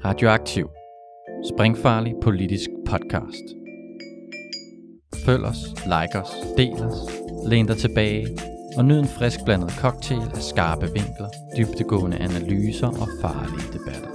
Radioaktiv. Springfarlig politisk podcast. Følg os, like os, del os, læn dig tilbage og nyd en frisk blandet cocktail af skarpe vinkler, dybdegående analyser og farlige debatter.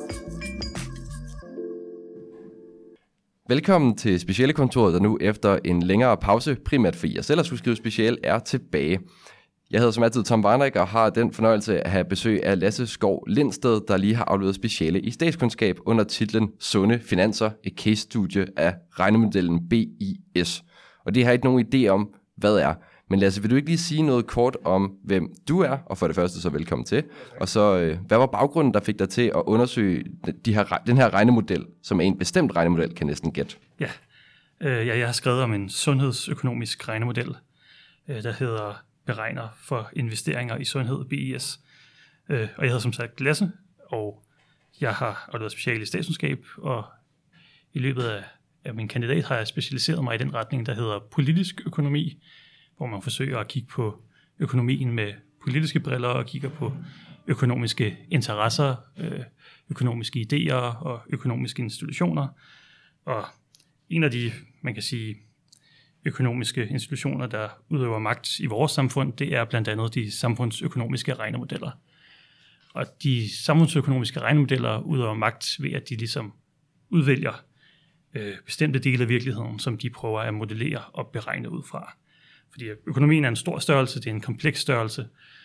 Velkommen til Specialekontoret, der nu efter en længere pause, primært fordi jeg selv har skulle skrive special, er tilbage. Jeg hedder som altid Tom Warneck og har den fornøjelse at have besøg af Lasse Skov Lindsted, der lige har afleveret speciale i statskundskab under titlen Sunde Finanser, et case-studie af regnemodellen BIS. Og det har jeg ikke nogen idé om, hvad er. Men Lasse, vil du ikke lige sige noget kort om, hvem du er, og for det første så velkommen til. Og så, hvad var baggrunden, der fik dig til at undersøge den her regnemodel, som er en bestemt regnemodel, kan næsten gætte? Jeg har skrevet om en sundhedsøkonomisk regnemodel, der hedder Beregner for investeringer i sundhed, BIS. Og jeg hedder som sagt Lasse, og jeg har afleveret speciale i statskundskab, og i løbet af min kandidat har jeg specialiseret mig i den retning, der hedder politisk økonomi, hvor man forsøger at kigge på økonomien med politiske briller og kigger på økonomiske interesser, økonomiske idéer og økonomiske institutioner. Og en af de, man kan sige, økonomiske institutioner, der udøver magt i vores samfund, det er blandt andet de samfundsøkonomiske regnemodeller. Og de samfundsøkonomiske regnemodeller udøver magt ved, at de ligesom udvælger bestemte dele af virkeligheden, som de prøver at modellere og beregne ud fra. Fordi økonomien er en stor størrelse, det er en kompleks størrelse.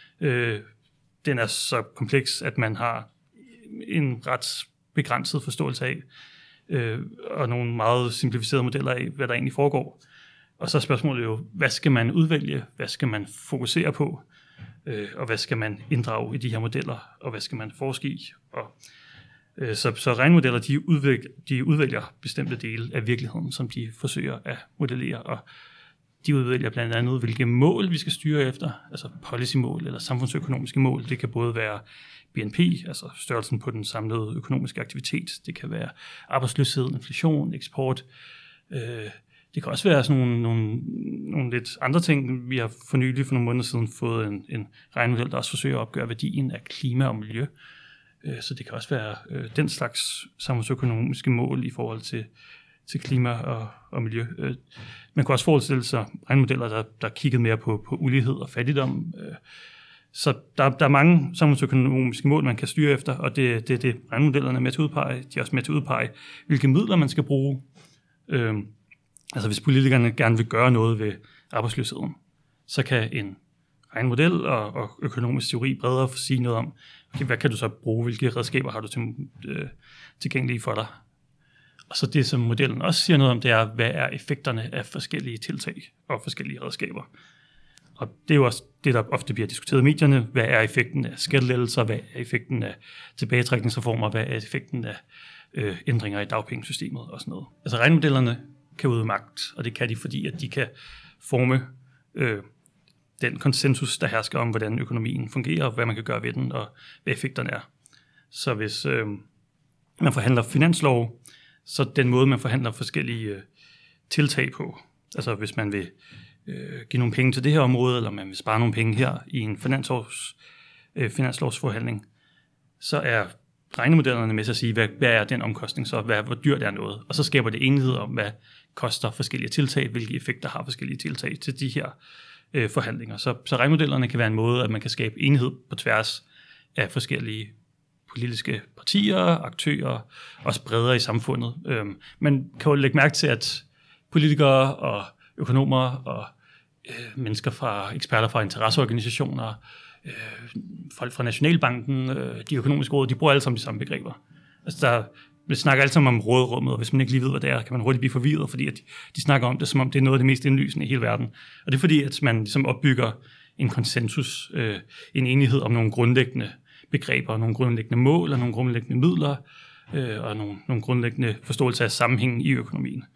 Den er så kompleks, at man har en ret begrænset forståelse af, og nogle meget simplificerede modeller af, hvad der egentlig foregår. Og så er spørgsmålet jo, hvad skal man udvælge, hvad skal man fokusere på, og hvad skal man inddrage i de her modeller, og hvad skal man forske i. Og, så regnemodeller, de udvælger bestemte dele af virkeligheden, som de forsøger at modellere, og de udvælger blandt andet, hvilke mål vi skal styre efter, altså policymål eller samfundsøkonomiske mål. Det kan både være BNP, altså størrelsen på den samlede økonomiske aktivitet. Det kan være arbejdsløshed, inflation, eksport. Det kan også være sådan nogle lidt andre ting. Vi har for nogle måneder siden fået en regnemodel, der også forsøger at opgøre værdien af klima og miljø. Så det kan også være den slags samfundsøkonomiske mål i forhold til klima og miljø. Man kan også forestille sig regnemodeller, der kiggede mere på ulighed og fattigdom. Så der er mange samfundsøkonomiske mål, man kan styre efter, og det er det, regnemodellerne er med til at udpege. De er også med til at udpege, hvilke midler man skal bruge. Altså hvis politikerne gerne vil gøre noget ved arbejdsløsheden, så kan en regnemodel og økonomisk teori bredere sige noget om, okay, hvad kan du så bruge, hvilke redskaber har du tilgængelige for dig. Og så det, som modellen også siger noget om, det er, hvad er effekterne af forskellige tiltag og forskellige redskaber. Og det er jo også det, der ofte bliver diskuteret i medierne. Hvad er effekten af skattelettelser? Hvad er effekten af tilbagetrækningsreformer? Hvad er effekten af ændringer i dagpengesystemet og sådan noget? Altså regnemodellerne kan udøve magt, og det kan de, fordi at de kan forme den konsensus, der hersker om, hvordan økonomien fungerer, hvad man kan gøre ved den, og hvad effekterne er. Så hvis man forhandler finanslov, så den måde, man forhandler forskellige tiltag på, altså hvis man vil give nogle penge til det her område, eller man vil spare nogle penge her i en finanslovsforhandling, så er regnemodellerne med til at sige, hvad er den omkostning så, hvor dyrt er noget, og så skaber det enighed om, hvad koster forskellige tiltag, hvilke effekter har forskellige tiltag til de her forhandlinger. Så regnemodellerne kan være en måde, at man kan skabe enighed på tværs af forskellige politiske partier, aktører, også bredere i samfundet. Man kan jo lægge mærke til, at politikere og økonomer og eksperter fra interesseorganisationer, folk fra Nationalbanken, de økonomiske råd, de bruger alle sammen de samme begreber. Altså vi snakker alle sammen om råderummet, og hvis man ikke lige ved, hvad det er, kan man hurtigt blive forvirret, fordi at de snakker om det, som om det er noget af det mest indlysende i hele verden. Og det er fordi, at man ligesom opbygger en konsensus, en enighed om nogle grundlæggende begreber, nogle grundlæggende mål og nogle grundlæggende midler, og nogle grundlæggende forståelse af sammenhængen i økonomien.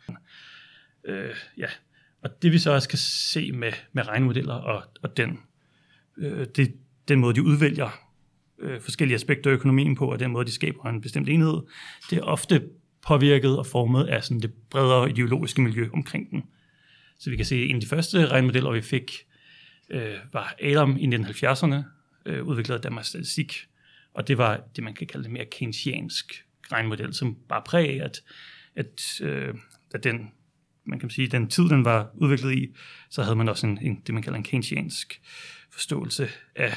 Og det vi så også kan se med regnemodeller og den måde, de udvælger forskellige aspekter af økonomien på, og den måde, de skaber en bestemt enhed, det er ofte påvirket og formet af sådan det bredere ideologiske miljø omkring den. Så vi kan se, at en af de første regnemodeller, vi fik, var Adam i 1970'erne, udviklet af Danmarks Statistik, og det var det, man kan kalde det mere keynesiansk regnemodel, som bare præg af, at den, man kan sige, den tid, den var udviklet i, så havde man også det, man kalder en keynesiansk forståelse af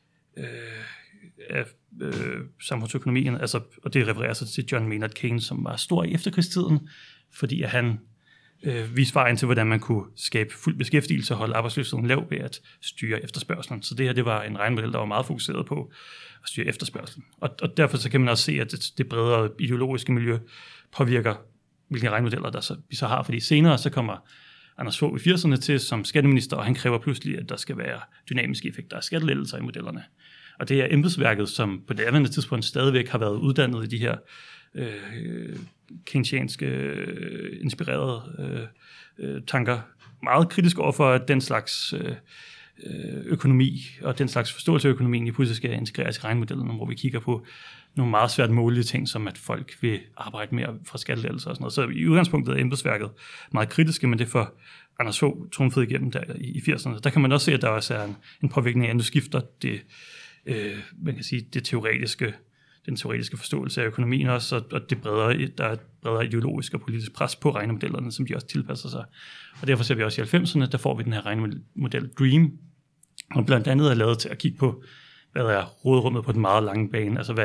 samfundsøkonomien, altså, og det refererer sig til John Maynard Keynes, som var stor i efterkrigstiden, fordi at han viste vejen til, hvordan man kunne skabe fuld beskæftigelse og holde arbejdsløsheden lav ved at styre efterspørgselen. Så det her, det var en regnemodel, der var meget fokuseret på at styre efterspørgselen. Og derfor så kan man også se, at det bredere ideologiske miljø påvirker, hvilke regnemodeller vi så har, fordi senere så kommer Anders Fogh i 80'erne til som skatteminister, og han kræver pludselig, at der skal være dynamiske effekter af skattelettelser i modellerne. Og det er embedsværket, som på det andet tidspunkt stadigvæk har været uddannet i de her keynesianske inspirerede tanker, meget kritisk overfor, at den slags økonomi og den slags forståelse af økonomien i pludselig skal integreres i regnemodellerne, hvor vi kigger på nogle meget svært målige ting, som at folk vil arbejde mere fra skattelettelser og sådan noget. Så i udgangspunktet er embedsværket meget kritiske, men det får Anders Fogh trumfet igennem der i 80'erne. Der kan man også se, at der også er en påvirkning af, at nu skifter det, man kan sige, den teoretiske forståelse af økonomien også, og der er et bredere ideologisk og politisk pres på regnemodellerne, som de også tilpasser sig. Og derfor ser vi også i 90'erne, der får vi den her regnemodel DREAM, og blandt andet er lavet til at kigge på, hvad er råderummet på den meget lange bane, altså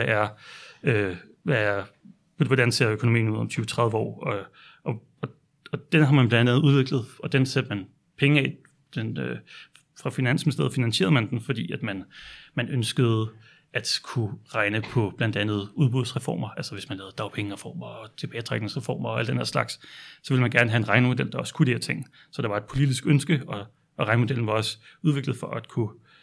hvordan ser økonomien ud om 20-30 år, og den har man blandt andet udviklet, og den sætter man penge af, fra Finansministeriet finansierede man den, fordi at man ønskede at kunne regne på blandt andet udbudsreformer, altså hvis man lavede dagpengereformer og tilbagetrækningsreformer og alt den her slags, så ville man gerne have en regnemodel, der også kunne de her ting. Så der var et politisk ønske, og regnemodellen var også udviklet for at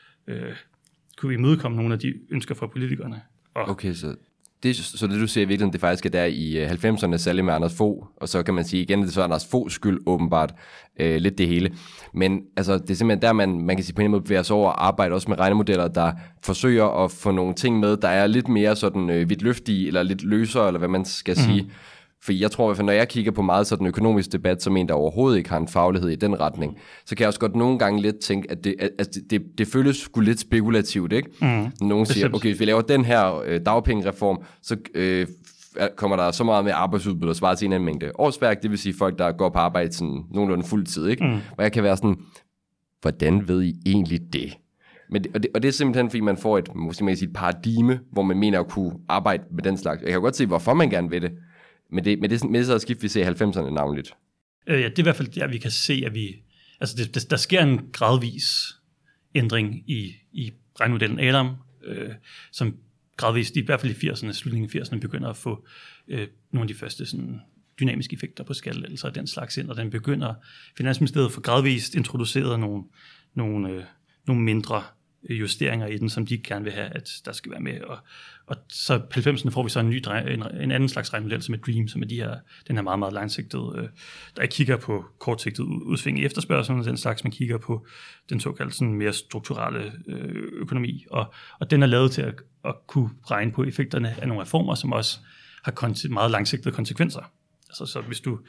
kunne imødekomme nogle af de ønsker fra politikerne. Okay, så det du siger i virkeligheden, det faktisk er der i 90'erne, særligt med Anders Fogh, og så kan man sige igen, det er så Anders Foghs skyld åbenbart, lidt det hele. Men altså, det er simpelthen der, man kan sige på en måde bevæger sig over og arbejde også med regnemodeller, der forsøger at få nogle ting med, der er lidt mere sådan vidtløftige, eller lidt løsere, eller hvad man skal sige. For jeg tror i hvert fald, når jeg kigger på meget sådan økonomisk debat, som en, der overhovedet ikke har en faglighed i den retning, så kan jeg også godt nogle gange lidt tænke, at det føles sgu lidt spekulativt, ikke? Nogen siger, okay, hvis vi laver den her dagpengereform, så kommer der så meget med arbejdsudbud og svarer til en anden mængde årsværk, det vil sige folk, der går på arbejde sådan nogenlunde fuldtid, ikke? Og jeg kan være sådan, hvordan ved I egentlig det? Og det er simpelthen, fordi man får et paradigme, hvor man mener at kunne arbejde med den slags. Jeg kan godt se, hvorfor man gerne vil det, men det er så et skift, vi ser i 90'erne navnligt. Ja, det er i hvert fald der, vi kan se, at der sker en gradvis ændring i regnemodellen Adam, som gradvist, i hvert fald i 80'erne, slutningen af 80'erne, begynder at få nogle af de første sådan, dynamiske effekter på skattelettelser og den slags ind, og den begynder, Finansministeriet for gradvist introduceret nogle mindre justeringer i den, som de gerne vil have, at der skal være med. Og så på 90'erne får vi så en anden slags regnemodel, som er DREAM, som er den her meget, meget langsigtede, der ikke kigger på kortsigtet udsving i efterspørgselen, og den slags, man kigger på den såkaldte sådan mere strukturelle økonomi. Og den er lavet til at kunne regne på effekterne af nogle reformer, som også har meget langsigtede konsekvenser. Altså så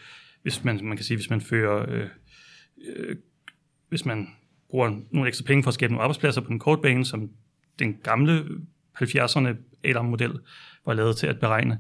hvis man bruger nogle ekstra penge for at skabe nogle arbejdspladser på den korte bane, som den gamle 70'erne Adam-model var lavet til at beregne,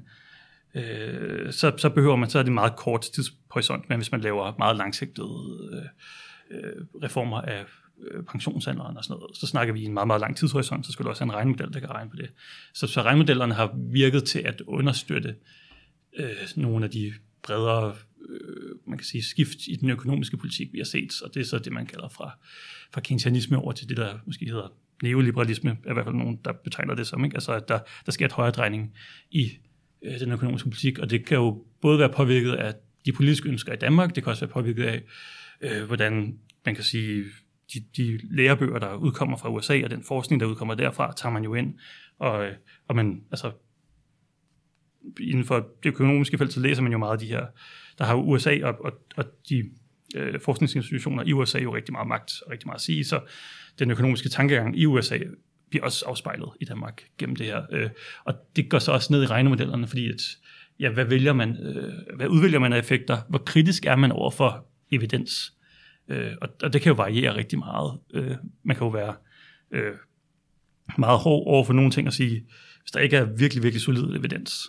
så behøver man, så er det meget kort tidshorisont, men hvis man laver meget langsigtede reformer af pensionsalderen og sådan noget, så snakker vi i en meget, meget lang tidshorisont, så skal du også have en regnemodel, der kan regne på det. Så regnemodellerne har virket til at understøtte nogle af de bredere man kan sige, skift i den økonomiske politik, vi har set, og det er så det, man kalder fra keynesianisme over til det, der måske hedder neoliberalisme, er i hvert fald nogen, der betegner det som, ikke? Altså, at der sker et højere drejning i den økonomiske politik, og det kan jo både være påvirket af de politiske ønsker i Danmark, det kan også være påvirket af, hvordan, man kan sige, de lærebøger, der udkommer fra USA, og den forskning, der udkommer derfra, tager man jo ind, og man, altså, inden for det økonomiske felt, så læser man jo meget af de her, der har USA og de forskningsinstitutioner i USA jo rigtig meget magt og rigtig meget at sige, så den økonomiske tankegang i USA bliver også afspejlet i Danmark gennem det her. Og det går så også ned i regnemodellerne, fordi hvad udvælger man af effekter? Hvor kritisk er man over for evidens? Og det kan jo variere rigtig meget. Man kan jo være meget hård over for nogle ting og sige, hvis der ikke er virkelig, virkelig solid evidens,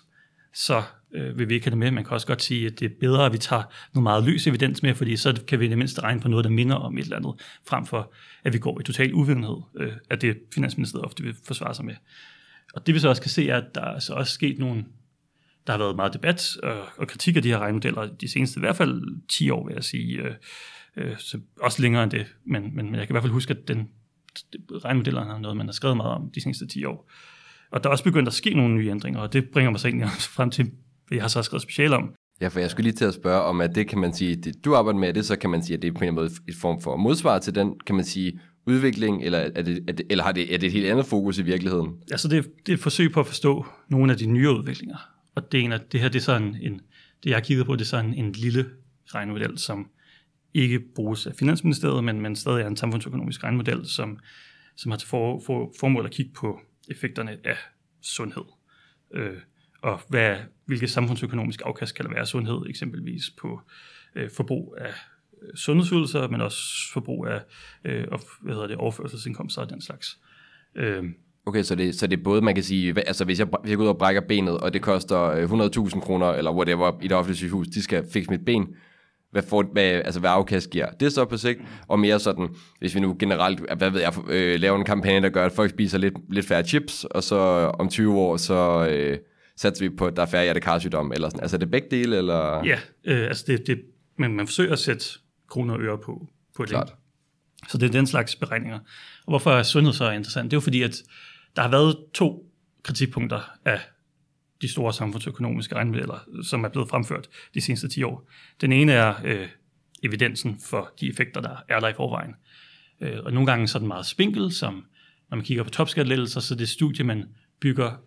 så vil vi ikke have det med. Man kan også godt sige, at det er bedre, at vi tager noget meget løs evidens med, fordi så kan vi i det mindste regne på noget, der minder om et eller andet, frem for at vi går i total uvidenhed, at det Finansministeriet ofte vil forsvare sig med. Og det vi så også kan se, er, at der er så også sket der har været meget debat og kritik af de her regnemodeller de seneste, i hvert fald 10 år, vil jeg sige, så også længere end det, men jeg kan i hvert fald huske, at regnemodellerne er noget, man har skrevet meget om de seneste 10 år. Og der er også begyndt at ske nogle nye ændringer, og det bringer mig så egentlig frem til, hvad jeg har så skrevet specielt om. Ja, for jeg skulle lige til at spørge om, at det kan man sige, det, du arbejder med det, så kan man sige, at det er på en måde et form for modsvar til den, kan man sige, udvikling, eller er det et helt andet fokus i virkeligheden? Altså det er et forsøg på at forstå nogle af de nye udviklinger. Og det her, det er sådan det jeg har kigget på, det er sådan en lille regnemodel, som ikke bruges af Finansministeriet, men stadig er en samfundsøkonomisk regnemodel, som har til formål at kigge på effekterne af sundhed. Og hvilke samfundsøkonomiske afkast kan der være af sundhed, eksempelvis på forbrug af sundhedsydelser, men også forbrug af overførselsindkomster og den slags. Okay, så det er både, man kan sige, altså hvis jeg går ud og brækker benet, og det koster 100.000 kroner, eller whatever, i det offentlige sygehus, de skal fikse mit ben, hvad afkast giver det så på sigt, og mere sådan, hvis vi nu generelt, laver en kampagne, der gør, at folk spiser lidt færre chips, og så om 20 år, så satser vi på, at der er færre hjertekarsygdomme, eller sådan. Altså er det begge dele, eller? Ja, altså men man forsøger at sætte kroner og øre på det. Klart. Så det er den slags beregninger. Og hvorfor er sundhed så interessant? Det er jo fordi, at der har været 2 kritikpunkter af de store samfundsøkonomiske regnemodeller, som er blevet fremført de seneste 10 år. Den ene er evidensen for de effekter, der er der i forvejen. Og nogle gange så er den meget spinkel, som når man kigger på topskattelettelser, så det studie, man bygger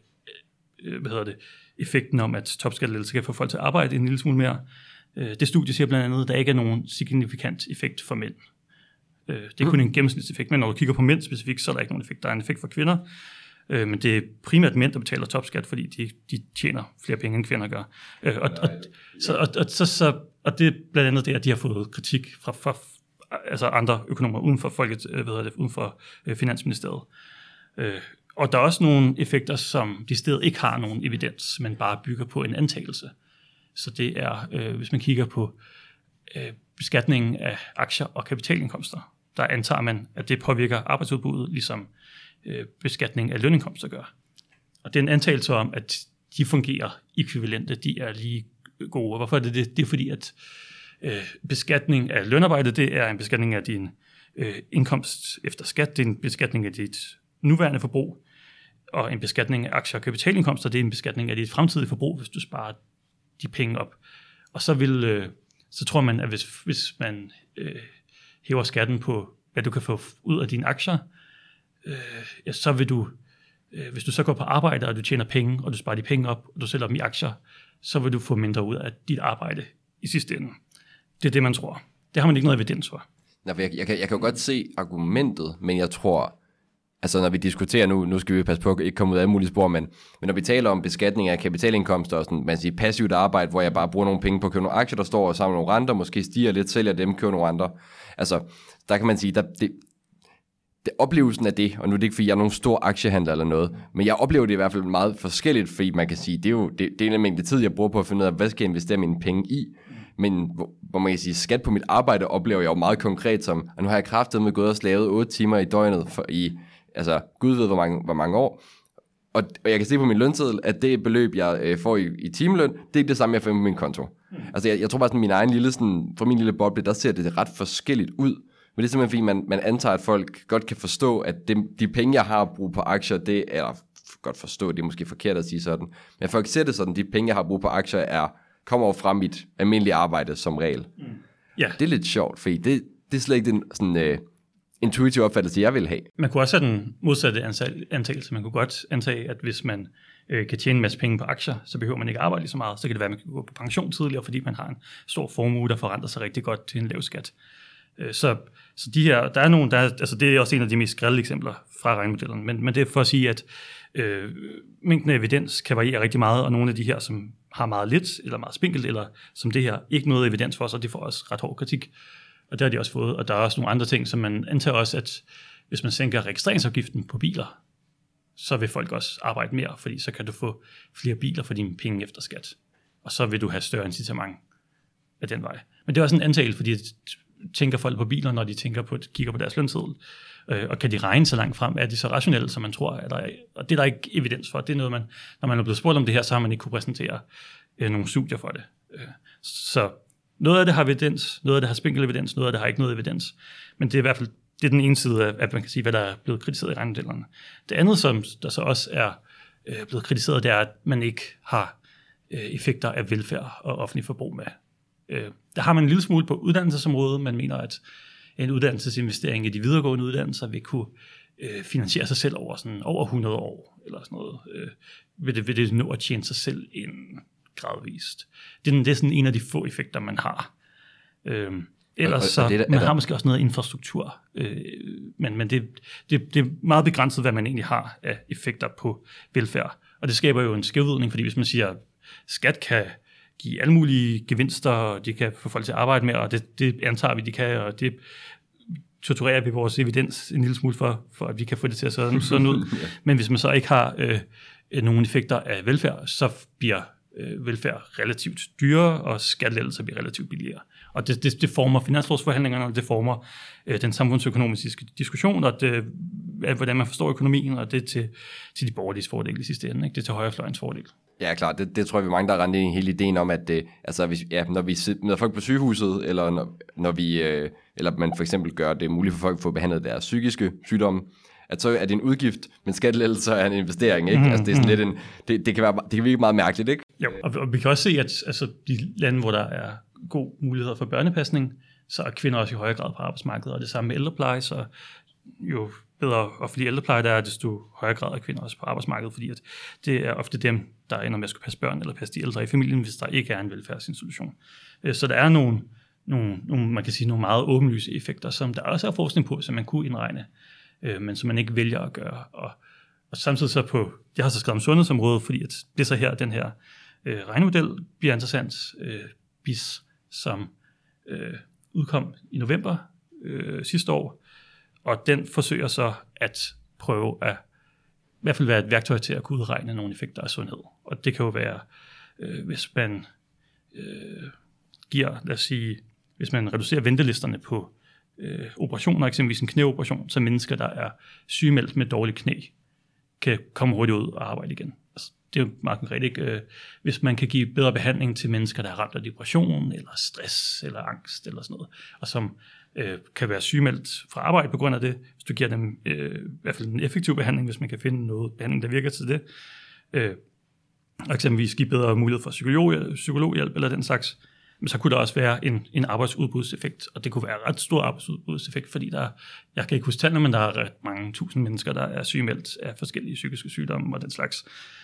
effekten om, at topskattelettelser kan få folk til at arbejde en lille smule mere. Det studie siger blandt andet, at der ikke er nogen signifikant effekt for mænd. Det er kun en gennemsnitseffekt, men når du kigger på mænd specifikt, så er der ikke nogen effekt. Der er en effekt for kvinder, men det er primært mænd, der betaler topskat, fordi de tjener flere penge, end kvinder gør. Og det er blandt andet det, at de har fået kritik fra altså andre økonomer uden for Finansministeriet. Og der er også nogle effekter, som de steder ikke har nogen evidens, men bare bygger på en antagelse. Så det er, hvis man kigger på beskatningen af aktier og kapitalindkomster, der antager man, at det påvirker arbejdsudbuddet, ligesom beskatning af lønindkomster gør. Og det er en antagelse om, at de fungerer ekvivalente, de er lige gode. Hvorfor er det det? Det er fordi, at beskatning af lønarbejde, det er en beskatning af din indkomst efter skat, det er en beskatning af dit nuværende forbrug, og en beskatning af aktier og kapitalindkomster, det er en beskatning af dit fremtidige forbrug, hvis du sparer de penge op. Og så tror man, at hvis man hæver skatten på, hvad du kan få ud af dine aktier, så vil du, hvis du så går på arbejde, og du tjener penge, og du sparer de penge op, og du sælger dem i aktier, så vil du få mindre ud af dit arbejde i sidste ende. Det er det, man tror. Det har man ikke noget evidens for. Jeg kan jo godt se argumentet, men jeg tror, altså når vi diskuterer nu skal vi passe på at ikke komme ud af alle mulige spor, men når vi taler om beskatning af kapitalindkomster og sådan, man siger passivt arbejde, hvor jeg bare bruger nogle penge på at købe nogle aktier, der står og samler nogle renter, måske stiger lidt, sælger dem, køber nogle andre. Altså, der kan man sige, det oplevelsen af det, og nu er det ikke fordi jeg er nogen stor aktiehandler eller noget, men jeg oplever det i hvert fald meget forskelligt, fordi man kan sige, det er en mængde tid, jeg bruger på at finde ud af, hvad skal jeg investere mine penge i, men hvor man kan sige, skat på mit arbejde oplever jeg jo meget konkret som, og nu har jeg kraftedeme gået og slavet 8 timer i døgnet altså Gud ved hvor mange år, og jeg kan se på min lønseddel, at det beløb, jeg får i timeløn, det er det samme, jeg får på min konto. Altså jeg tror bare sådan, min egen lille, sådan, fra min lille boble, der ser det ret forskelligt ud. Men det er simpelthen fordi, man antager, at folk godt kan forstå, at de penge, jeg har at bruge på aktier, det er godt forstå, det er måske forkert at sige sådan. Men folk ser det sådan, de penge, jeg har at bruge på aktier, kommer over fra mit almindelige arbejde som regel. Ja. Det er lidt sjovt, fordi det er slet ikke den sådan, intuitive opfattelse, jeg vil have. Man kunne også have den modsatte antagelse. Man kunne godt antage, at hvis man kan tjene en masse penge på aktier, så behøver man ikke arbejde lige så meget. Så kan det være, at man kan gå på pension tidligere, fordi man har en stor formue, der forrenter sig rigtig godt til en lav skat. Så de her, der er nogle, altså det er også en af de mest grelle eksempler fra regnemodellerne, men det er for at sige, at mængden af evidens kan variere rigtig meget, og nogle af de her, som har meget lidt, eller meget spinkelt, eller som det her, ikke noget evidens for, så de får også ret hård kritik. Og det har de også fået, og der er også nogle andre ting, som man antager også, at hvis man sænker registreringsafgiften på biler, så vil folk også arbejde mere, fordi så kan du få flere biler for dine penge efter skat. Og så vil du have større incitament af den vej. Men det er også en antagelse, fordi tænker folk på biler, når de kigger på deres lønseddel. Og kan de regne så langt frem, er de så rationelle, som man tror, og det er der ikke evidens for. Det er noget, når man er blevet spurgt om det her, så har man ikke kunne præsentere nogle studier for det. Så noget af det har evidens, noget af det har spinkel evidens, noget af det har ikke noget evidens. Men det er i hvert fald den ene side af, at man kan sige, hvad der er blevet kritiseret i regnemodellerne. Det andet, som der så også er blevet kritiseret, det er, at man ikke har effekter af velfærd og offentlig forbrug med. Der har man en lille smule på uddannelsesområdet. Man mener, at en uddannelsesinvestering i de videregående uddannelser vil kunne finansiere sig selv over 100 år, eller sådan noget. Vil det nå at tjene sig selv ind gradvist. Det er sådan en af de få effekter, man har. Ellers så, man har måske også noget infrastruktur, men det er meget begrænset, hvad man egentlig har af effekter på velfærd. Og det skaber jo en skævvridning, fordi hvis man siger, skat kan give alle mulige gevinster, og de kan få folk til at arbejde med, og det antager vi, de kan, og det torturerer vi vores evidens en lille smule for at vi kan få det til at se sådan ud. Men hvis man så ikke har nogen effekter af velfærd, så bliver velfærd relativt dyrere, og skattelettelser bliver relativt billigere. Og det former finanslovsforhandlingerne, og det former den samfundsøkonomiske diskussion, og hvordan man forstår økonomien, og det til de borgerliges fordel i sidste ende. Ikke? Det er til højrefløjens fordel. Ja, klart. Det tror jeg, vi er mange, der har rendt ind i hele ideen om, at når vi møder folk på sygehuset, eller når vi, eller man for eksempel gør det muligt for folk at få behandlet deres psykiske sygdomme, at så er det en udgift, men skattelettelser er en investering, ikke? Altså det er sådan lidt det kan virke meget mærkeligt, ikke? Jo, og vi kan også se, at altså, de lande, hvor der er god mulighed for børnepasning, så er kvinder også i højere grad på arbejdsmarkedet, og det samme med ældrepleje, så jo bedre offentlig ældrepleje der er, desto højere grad er kvinder også på arbejdsmarkedet, fordi at det er ofte dem, der ender med at skulle passe børn eller passe de ældre i familien, hvis der ikke er en velfærdsinstitution. Så der er nogle man kan sige, nogle meget åbenlyse effekter, som der også er forskning på, som man kunne indregne, men som man ikke vælger at gøre. Og samtidig så jeg har så skrevet om sundhedsområdet, fordi at det så her, den her regnemodel bliver interessant, BIS, som udkom i november sidste år, og den forsøger så at prøve at i hvert fald være et værktøj til at kunne udregne nogle effekter af sundhed. Og det kan jo være, hvis man lad os sige, hvis man reducerer ventelisterne på operationer, eksempelvis en knæoperation, så mennesker, der er sygemeldt med dårlig knæ, kan komme hurtigt ud og arbejde igen. Altså, det er jo meget konkret, ikke? Hvis man kan give bedre behandling til mennesker, der er ramt af depression, eller stress, eller angst, eller sådan noget, og som kan være sygemeldt fra arbejde på grund af det, hvis du giver dem i hvert fald en effektiv behandling, hvis man kan finde noget behandling, der virker til det, og eksempelvis give bedre mulighed for psykologhjælp, eller den slags, men så kunne der også være en arbejdsudbudseffekt, og det kunne være en ret stor arbejdsudbudseffekt, fordi jeg kan ikke huske tallene, men der er ret mange tusind mennesker, der er sygemeldt af forskellige psykiske sygdomme og den slags.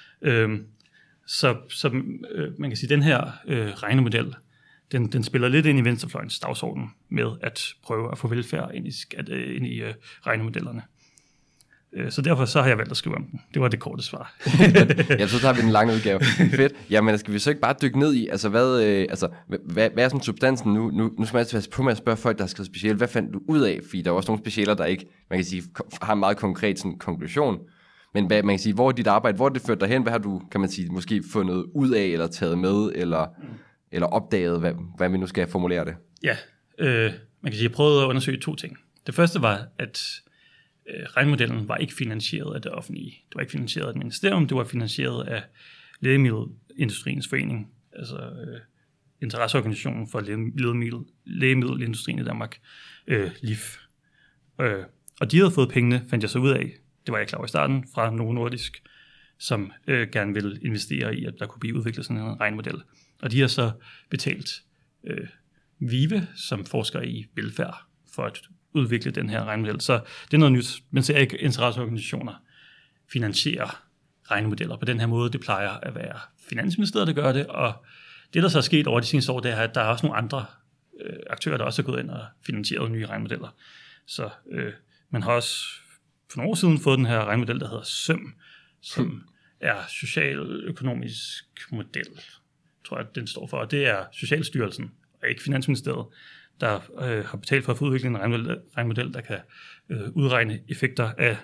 Så man kan sige, at den her regnemodel, den spiller lidt ind i venstrefløjens dagsorden med at prøve at få velfærd ind i regnemodellerne. Så derfor så har jeg valgt at skrive om den. Det var det korte svar. Ja, så tager vi den lange udgave. Fedt. Jamen, skal vi så ikke bare dykke ned i, altså hvad er sådan substansen nu? Nu skal man altså på med at spørge folk, der har skrevet speciale, hvad fandt du ud af? Fordi der er også nogle specialer, der ikke, man kan sige, har en meget konkret sådan konklusion. Men man kan sige, hvor er dit arbejde, hvor er det ført dig hen? Hvad har du, kan man sige, måske fundet ud af, eller taget med, eller opdaget, hvad vi nu skal formulere det? Ja, man kan sige, jeg prøvede at undersøge 2 ting. Det første var, at regnemodellen var ikke finansieret af det offentlige. Det var ikke finansieret af et ministerium, det var finansieret af Lægemiddelindustriens Forening, altså interesseorganisationen for lægemiddelindustrien i Danmark, LIF. Og de havde fået pengene, fandt jeg så ud af, det var jeg klar over i starten, fra Novo Nordisk, som gerne ville investere i, at der kunne blive udviklet sådan en regnemodel. Og de har så betalt VIVE, som forsker i velfærd, for at udvikle den her regnemodel. Så det er noget nyt. Man ser ikke interesseorganisationer finansiere regnemodeller på den her måde. Det plejer at være Finansministeriet, der gør det, og det, der så er sket over de seneste år, det er, at der er også nogle andre aktører, der også er gået ind og finansieret nye regnemodeller. Så man har også for nogle år siden fået den her regnemodel, der hedder SØM, som er socialøkonomisk model, tror jeg, den står for. Og det er Socialstyrelsen, og ikke Finansministeriet, der har betalt for at få udviklet en regnemodel, der kan udregne effekter af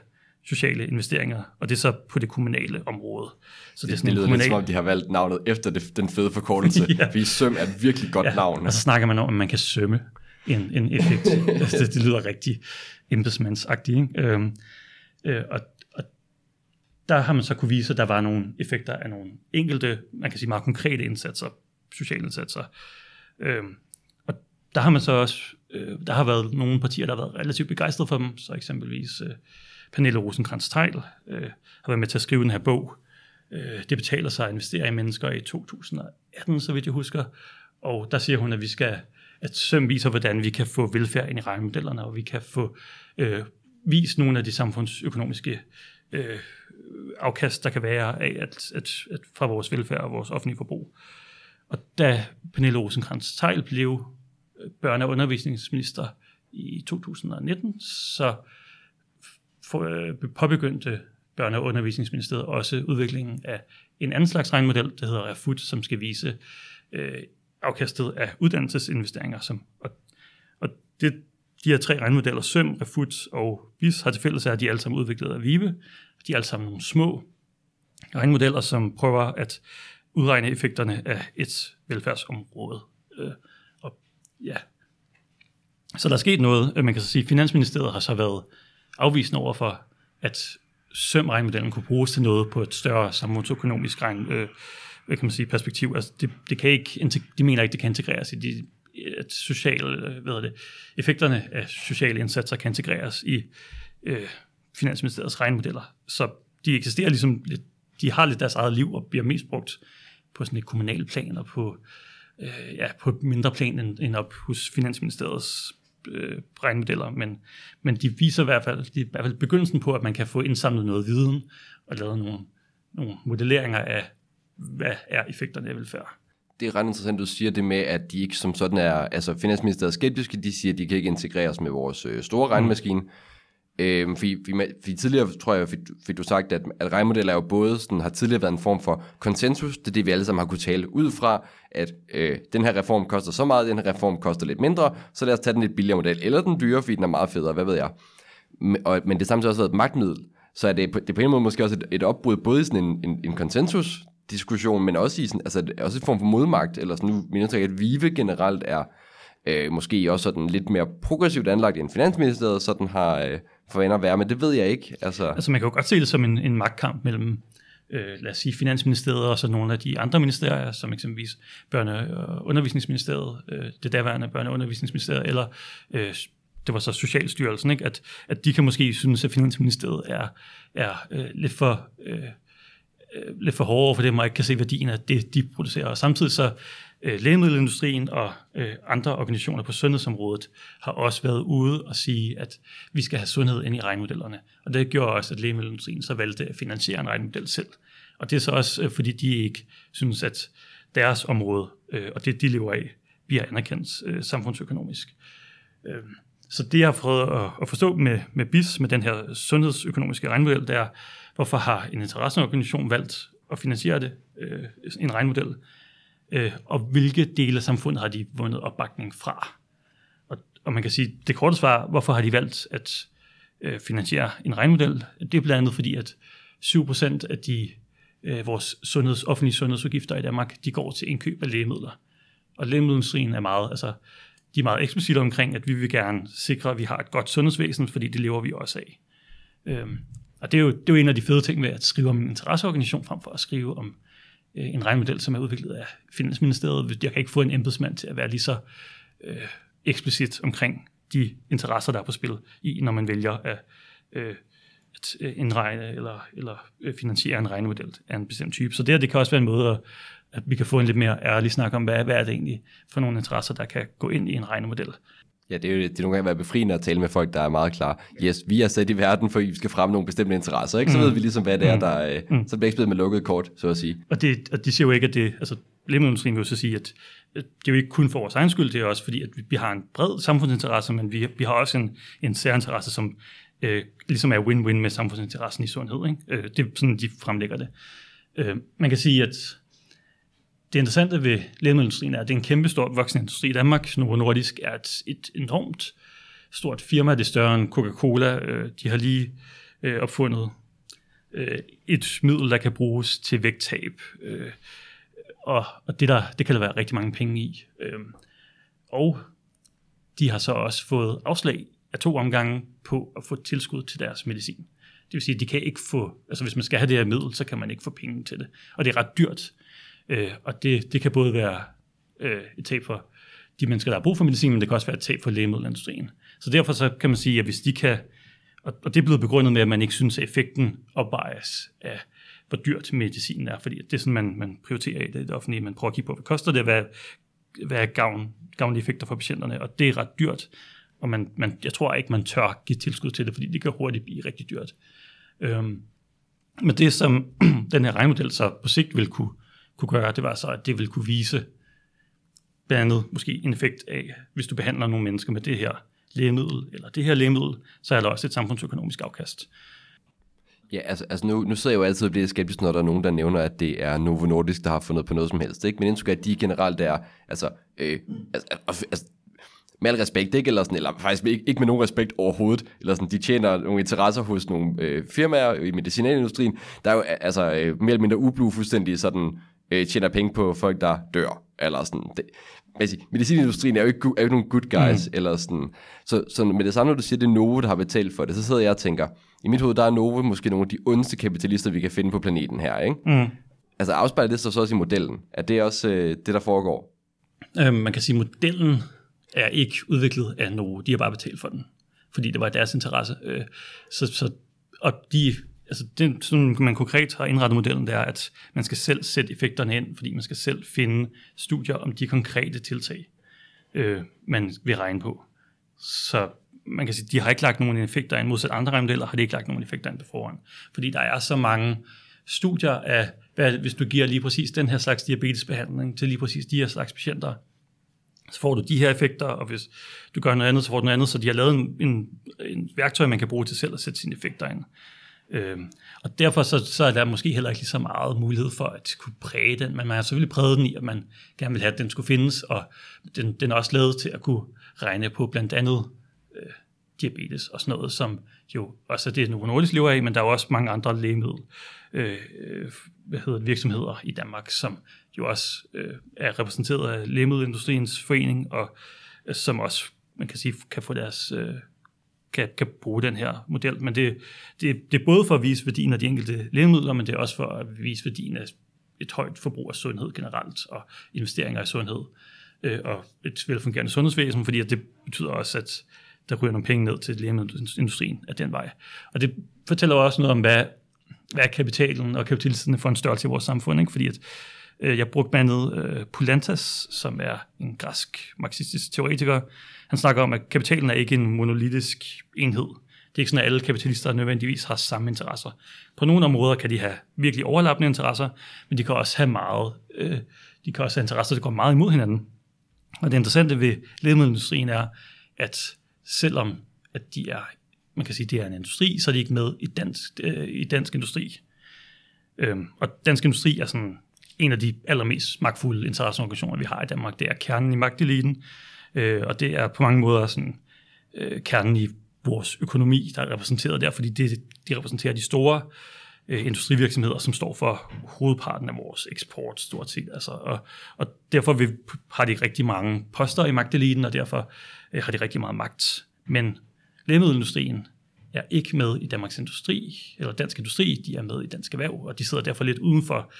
sociale investeringer, og det er så på det kommunale område. Så det lyder lidt som om, de har valgt navnet efter den fede forkortelse, ja. Fordi søm er et virkelig godt navn. Og så snakker man om, at man kan sømme en effekt. Det lyder rigtig embedsmandsagtigt, ikke? Og der har man så kunne vise, at der var nogle effekter af nogle enkelte, man kan sige meget konkrete indsatser, sociale indsatser. Og der har man så også, der har været nogle partier, der har været relativt begejstrede for dem, så eksempelvis Pernille Rosenkrantz-Theil har været med til at skrive den her bog. Det betaler sig at investere i mennesker i 2018, så vidt jeg husker. Og der siger hun, at søm viser, hvordan vi kan få velfærd ind i regnemodellerne, og vi kan få vist nogle af de samfundsøkonomiske afkast, der kan være af at fra vores velfærd og vores offentlige forbrug. Og da Pernille Rosenkrantz-Theil blev børne- og undervisningsminister i 2019, så påbegyndte Børne- og Undervisningsministeriet også udviklingen af en anden slags regnemodel, der hedder REFUT, som skal vise afkastet af uddannelsesinvesteringer. Og de her 3 regnemodeller, SØM, REFUT og BIS, har til fælles at de er alle sammen udviklet af VIVE. De er alle sammen nogle små regnemodeller, som prøver at udregne effekterne af et velfærdsområde. Så der er sket noget. Man kan så sige, at Finansministeriet har så været afvisende over for, at SØM-regnemodellen kunne bruges til noget på et større samfundsøkonomisk perspektiv. Altså det kan ikke, de mener ikke, det kan integreres i effekterne af sociale indsatser kan integreres i Finansministeriets regnemodeller. Så de eksisterer ligesom lidt, de har lidt deres eget liv og bliver mest brugt på sådan et kommunalt plan og på et mindre plan end op hos Finansministeriets regnemodeller, men de viser i hvert fald begyndelsen på, at man kan få indsamlet noget viden og lavet nogle modelleringer af, hvad er effekterne af velfærd. Det er ret interessant, du siger det med, at de ikke som sådan er, altså Finansministeriet skeptiske, de siger, at de kan ikke integreres med vores store regnemaskine. Fordi tidligere, tror jeg, fik du sagt, at regnemodeller er jo både sådan, har tidligere været en form for konsensus, det er det, vi alle sammen har kunne tale ud fra, at den her reform koster så meget, den her reform koster lidt mindre, så lad os tage den lidt billigere model, eller den dyre, fordi den er meget federe, hvad ved jeg. Men det samtidig også været et magtmiddel, så er det på en måde måske også et opbrud, både i sådan en konsensusdiskussion, men også i sådan, altså også et form for modmagt, eller sådan nu, min indtryk, at VIVE generelt er måske også sådan lidt mere progressivt anlagt end Finansministeriet, så den har forventer at være, men det ved jeg ikke. Altså man kan jo godt se det som en magtkamp mellem, lad os sige, Finansministeriet og så nogle af de andre ministerier, som eksempelvis Børne- og Undervisningsministeriet, det daværende Børne- og Undervisningsministeriet, eller det var så Socialstyrelsen, ikke? At de kan måske synes, at Finansministeriet er lidt for hårde over for dem, og ikke kan se værdien af det, de producerer. Og samtidig så lægemiddelindustrien og andre organisationer på sundhedsområdet har også været ude og sige, at vi skal have sundhed ind i regnemodellerne. Og det gjorde også, at lægemiddelindustrien så valgte at finansiere en regnemodel selv. Og det er så også, fordi de ikke synes, at deres område, og det de lever af, bliver anerkendt samfundsøkonomisk. Så det jeg har prøvet at forstå med BIS, med den her sundhedsøkonomiske regnemodel, det er, hvorfor har en interesseorganisation valgt at finansiere det, en regnemodel, og hvilke dele af samfundet har de vundet opbakning fra. Og man kan sige, det korte svar, hvorfor har de valgt at finansiere en regnemodel, det er blandt andet fordi, at 7% af vores offentlige sundhedsudgifter i Danmark, de går til indkøb af lægemidler. Og lægemiddelindustrien er meget eksplicit omkring, at vi vil gerne sikre, at vi har et godt sundhedsvæsen, fordi det lever vi også af. Og det er jo en af de fede ting ved at skrive om en interesseorganisation, frem for at skrive om en regnemodel, som er udviklet af Finansministeriet. Jeg kan ikke få en embedsmand til at være lige så eksplicit omkring de interesser, der er på spil når man vælger at indregne eller finansiere en regnemodel af en bestemt type. Så det kan også være en måde, at vi kan få en lidt mere ærlig snak om, hvad er det egentlig for nogle interesser, der kan gå ind i en regnemodel. Ja, det er nogle gange været befriende at tale med folk, der er meget klar. Yes, vi er sat i verden, for vi skal fremme nogle bestemte interesser, ikke? Så ved vi ligesom, hvad det er, der så bliver ikke spillet med lukket kort, så at sige. Og de siger jo ikke, at det, altså lægemiddelindustrien vil jo så sige, at det er jo ikke kun for vores egen skyld, det er også fordi, at vi har en bred samfundsinteresse, men vi har også en særinteresse, som ligesom er win-win med samfundsinteressen i sundhed, ikke? Det er sådan, de fremlægger det. Man kan sige, at det interessante ved lægemiddelindustrien er, at det er en kæmpe stor voksende industri i Danmark. Novo Nordisk er et enormt stort firma, det er større end Coca-Cola. De har lige opfundet et middel, der kan bruges til vægttab, og det kan der være rigtig mange penge i. Og de har så også fået afslag af 2 omgange på at få tilskud til deres medicin. Det vil sige, at de kan ikke få, altså hvis man skal have det her middel, så kan man ikke få penge til det. Og det er ret dyrt. Og det kan både være et tab for de mennesker, der har brug for medicin, men det kan også være et tab for lægemiddelindustrien. Så derfor så kan man sige, at hvis de kan, og det er blevet begrundet med, at man ikke synes, at effekten opvejes af, hvor dyrt medicinen er, fordi det er sådan, man prioriterer i det offentlige. Man prøver at kigge på, hvad koster det, hvad er gavnlige effekter for patienterne, og det er ret dyrt. Og jeg tror ikke, man tør give tilskud til det, fordi det kan hurtigt blive rigtig dyrt. Men det, som den her regnemodel så på sigt vil kunne gøre, det var så, at det vil kunne vise blandt andet måske en effekt af, hvis du behandler nogle mennesker med det her lægemiddel, eller det her lægemiddel, så er der også et samfundsøkonomisk afkast. Ja, altså nu sidder jeg jo altid og bliver skeptisk, når der er nogen, der nævner, at det er Novo Nordisk, der har fundet på noget som helst. Ikke? Men indtryk af, at de generelt er, med al respekt, ikke? Eller faktisk ikke med nogen respekt overhovedet, eller sådan, de tjener nogle interesser hos nogle firmaer i medicinalindustrien, der er jo mere eller mindre ublu fuldstændig sådan, tjener penge på folk, der dør, eller sådan. Medicinindustrien er jo ikke nogen good guys, eller sådan. Så med det samme, når du siger, det er Novo, der har betalt for det, så sidder jeg og tænker, i mit hoved, der er Novo måske nogle af de ondeste kapitalister, vi kan finde på planeten her, ikke? Altså afspejler det så også i modellen? Er det også det, der foregår? Man kan sige, at modellen er ikke udviklet af Novo. De har bare betalt for den, fordi det var deres interesse. Det, sådan man konkret har indrettet modellen, det er, at man skal selv sætte effekterne ind, fordi man skal selv finde studier om de konkrete tiltag, man vil regne på. Så man kan sige, de har ikke lagt nogen effekter ind, modsat andre regnemodeller har de ikke lagt nogen effekter ind på forhånd. Fordi der er så mange studier af, hvis du giver lige præcis den her slags diabetesbehandling til lige præcis de her slags patienter, så får du de her effekter, og hvis du gør noget andet, så får du noget andet. Så de har lavet en værktøj, man kan bruge til selv at sætte sine effekter ind. Og derfor så er der måske heller ikke lige så meget mulighed for at kunne præge den, men man har selvfølgelig præget den i, at man gerne vil have, at den skulle findes, og den er også lavet til at kunne regne på blandt andet diabetes og sådan noget, som jo også er det, Novo Nordisk lever af, men der er jo også mange andre lægemiddel virksomheder i Danmark, som jo også er repræsenteret af Lægemiddelindustriens Forening, og som også, man kan sige, kan få deres kan bruge den her model. Men det er både for at vise værdien af de enkelte lægemidler, men det er også for at vise værdien af et højt forbrug af sundhed generelt, og investeringer i sundhed, og et velfungerende sundhedsvæsen, fordi det betyder også, at der ryger nogle penge ned til lægemiddelindustrien af den vej. Og det fortæller også noget om, hvad er kapitalen og kapitalisterne for en størrelse i vores samfund, ikke? Fordi at jeg brugte blandt andet Poulantas, som er en græsk marxistisk teoretiker. Han snakker om, at kapitalen er ikke en monolitisk enhed. Det er ikke sådan, at alle kapitalister nødvendigvis har samme interesser. På nogle områder kan de have virkelig overlappende interesser, men de kan også have interesser, der går meget imod hinanden. Og det interessante ved lægemiddelindustrien er, at selvom at de er, man kan sige, det er en industri, så er de ikke med i dansk industri. Og dansk industri er sådan en af de allermest magtfulde interesseorganisationer, vi har i Danmark. Det er kernen i magteliten, og det er på mange måder sådan, kernen i vores økonomi, der er repræsenteret der, fordi de repræsenterer de store industrivirksomheder, som står for hovedparten af vores eksport, stort set. Altså, og derfor har de rigtig mange poster i magteliten, og derfor har de rigtig meget magt. Men lægemiddelindustrien er ikke med i Danmarks Industri, eller Dansk Industri, de er med i Dansk Erhverv, og de sidder derfor lidt uden for,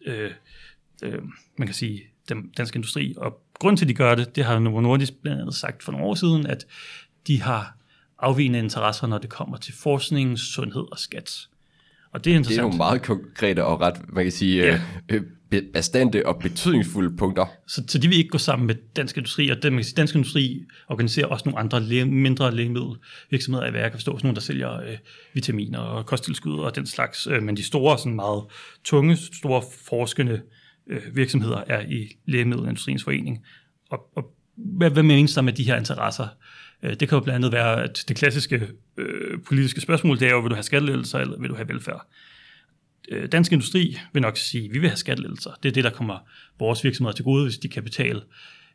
man kan sige, Dansk Industri. Og grunden til, at de gør det har Novo Nordisk blandt andet sagt for nogle år siden, at de har afvigende interesser, når det kommer til forskning, sundhed og skat. Og det er interessant. Det er nogle meget konkrete og ret, man kan sige, bastante og betydningsfulde punkter. Så de vil ikke gå sammen med Dansk Industri, og Dansk Industri organiserer også nogle andre mindre lægemiddelvirksomheder af, hvad jeg kan forstå, sådan nogle, der sælger vitaminer og kosttilskud og den slags. Men de store, sådan meget tunge, store forskende virksomheder er i Lægemiddelindustriens Forening. Og hvad menes der med de her interesser? Det kan jo blandt andet være, at det klassiske politiske spørgsmål, det er jo, vil du have skattelettelser, eller vil du have velfærd? Dansk Industri vil nok sige, at vi vil have skattelettelser. Det er det, der kommer vores virksomheder til gode, hvis de kan betale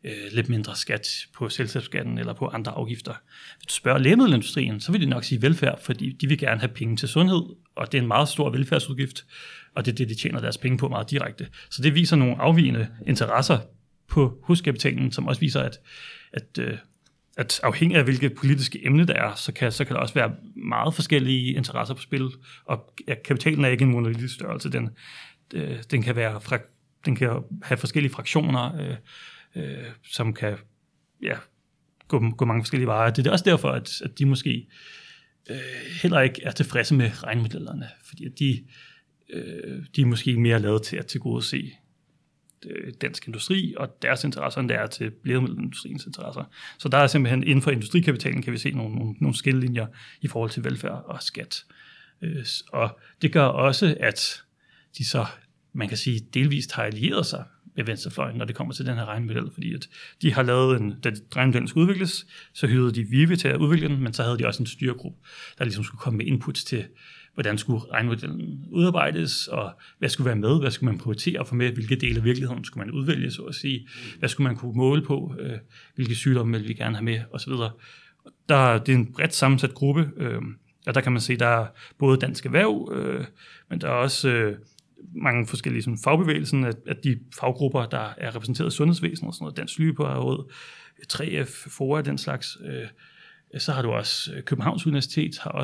lidt mindre skat på selskabsskatten eller på andre afgifter. Hvis du spørger lægemiddelindustrien, så vil de nok sige velfærd, fordi de vil gerne have penge til sundhed, og det er en meget stor velfærdsudgift, og det er det, de tjener deres penge på meget direkte. Så det viser nogle afvigende interesser hos kapitalen, som også viser, at afhængig af hvilket politiske emne der er, så kan der også være meget forskellige interesser på spil, og kapitalen er ikke en monolitisk størrelse. Den kan have forskellige fraktioner, som kan gå mange forskellige veje. Det er også derfor, at de måske heller ikke er tilfredse med regnemodellerne, fordi de er måske mere lavet til at tilgodese dansk industri og deres interesser, end det er til lægemiddelindustriens interesser. Så der er simpelthen inden for industrikapitalen, kan vi se nogle skillelinjer i forhold til velfærd og skat. Og det gør også, at de så, man kan sige, delvist har allieret sig med venstrefløjen, når det kommer til den her regnemodel, fordi at de har lavet da regnemodellen skulle udvikles, så hyrede de VIVE til at udvikle den, men så havde de også en styregruppe, der ligesom skulle komme med inputs til, hvordan skulle regnemodellen udarbejdes, og hvad skulle være med, hvad skulle man prioritere at få med, hvilke dele af virkeligheden skulle man udvælge, så at sige, hvad skulle man kunne måle på, hvilke sygdomme ville vi gerne have med, osv. Det er en bredt sammensat gruppe, og der kan man se, der er både Dansk Erhverv, men der er også mange forskellige sådan, fagbevægelsen, at de faggrupper, der er repræsenteret i sundhedsvæsenet, og sådan noget, Dansk Sygeplejeråd, 3F, FOA, den slags. Så har du også Københavns Universitet, er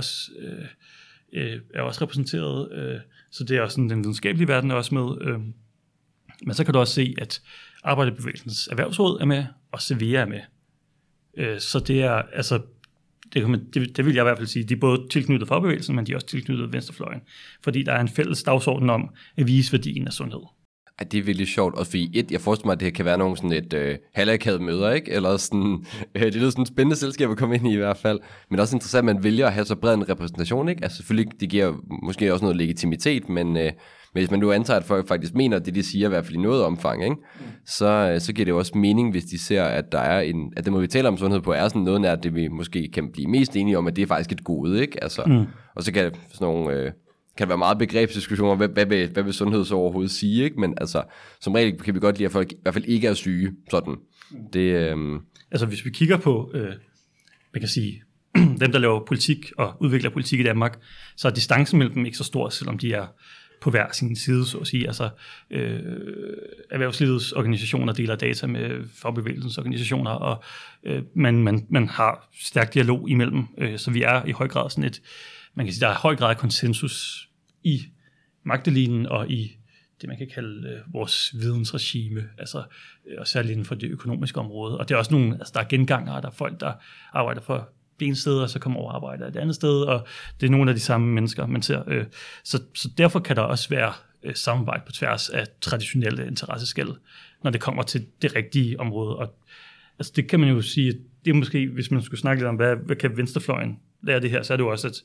også repræsenteret, så det er også sådan, den videnskabelige verden er også med. Men så kan du også se, at Arbejderbevægelsens Erhvervsråd er med, og Cevea er med. Så det er, altså, det vil jeg i hvert fald sige, de er både tilknyttet fagbevægelsen, men de er også tilknyttet venstrefløjen, fordi der er en fælles dagsorden om at vise værdien af sundhed. Det er virkelig sjovt, og fordi jeg forestiller mig, at det kan være nogle sådan et halvakavet møder, ikke? Eller sådan, det lyder sådan et spændende selskab at komme ind i hvert fald, men også interessant, at man vælger at have så bred en repræsentation, ikke? Altså selvfølgelig, det giver måske også noget legitimitet, men hvis man nu antager, at folk faktisk mener det, de siger, i hvert fald i noget omfang, ikke? Så giver det jo også mening, hvis de ser, at der er at det må vi tale om sundhed på, er sådan noget nær, det vi måske kan blive mest enige om, at det er faktisk et gode, ikke? Altså, og så kan det sådan nogle kan det være meget begrebsdiskussioner, hvad vil sundhed så overhovedet sige, ikke? Men altså, som regel kan vi godt lide, at folk i hvert fald ikke er syge, sådan. Det, Altså, hvis vi kigger på, man kan sige, dem, der laver politik og udvikler politik i Danmark, så er distancen mellem dem ikke så stor, selvom de er på hver sin side, så at sige. Altså, erhvervslivets organisationer deler data med fagbevægelsens organisationer, og man har stærk dialog imellem, så vi er i høj grad sådan man kan sige, der er i høj grad konsensus i magtelinen og i det, man kan kalde vores vidensregime, altså, og særligt inden for det økonomiske område. Og det er også der er gengangere, der er folk, der arbejder for det ene sted, og så kommer over og arbejder det andet sted, og det er nogle af de samme mennesker, man ser. Så derfor kan der også være samarbejde på tværs af traditionelle interesseskel, når det kommer til det rigtige område. Og altså, det kan man jo sige, det er måske, hvis man skulle snakke lidt om, hvad kan venstrefløjen lære det her, så er det jo også,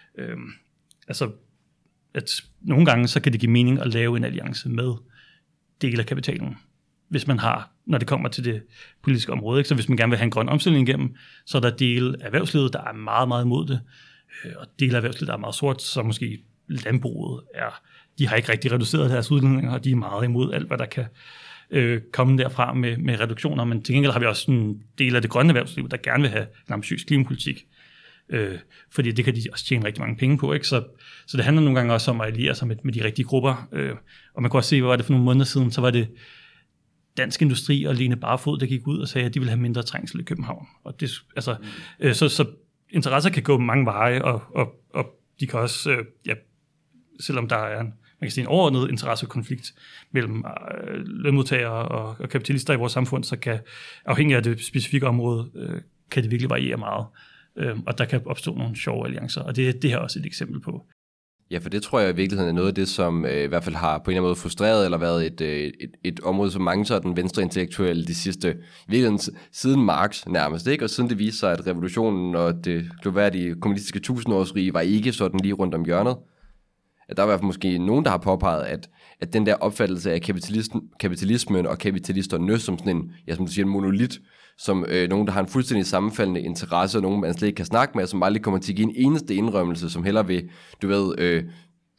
at nogle gange, så kan det give mening at lave en alliance med del af kapitalen, hvis man har, når det kommer til det politiske område. Ikke? Så hvis man gerne vil have en grøn omstilling igennem, så er der del af erhvervslivet, der er meget, meget imod det, og del af erhvervslivet, der er meget sort, så måske landbruget de har ikke rigtig reduceret deres udledninger, og de er meget imod alt, hvad der kan komme derfra med reduktioner, men til gengæld har vi også en del af det grønne erhvervsliv, der gerne vil have en ambitiøs klimapolitik, fordi det kan de også tjene rigtig mange penge på, ikke? Så det handler nogle gange også om at alliere sig med de rigtige grupper, og man kan også se, hvad var det for nogle måneder siden, så var det Dansk Industri og Lene Barfod, der gik ud og sagde, at de ville have mindre trængsel i København. Og det, så interesser kan gå mange veje, og de kan også, selvom der er en overordnet interessekonflikt mellem lønmodtagere og kapitalister i vores samfund, så kan afhængig af det specifikke område, kan det virkelig variere meget. Og der kan opstå nogle sjove alliancer, og det er også et eksempel på. Ja, for det tror jeg i virkeligheden er noget af det, som i hvert fald har på en eller anden måde frustreret, eller været et område, som mange sådan venstreintellektuelle de sidste, i virkeligheden siden Marx nærmest, ikke? Og siden det viste sig, at revolutionen og det globale kommunistiske tusindårsrige var ikke sådan lige rundt om hjørnet. At der er i hvert fald måske nogen, der har påpeget, at den der opfattelse af kapitalismen og kapitalisterne som sådan en, som du siger, en monolit, som nogen, der har en fuldstændig sammenfaldende interesse, og nogen, man slet ikke kan snakke med, som aldrig kommer til at give en eneste indrømmelse, som heller vil,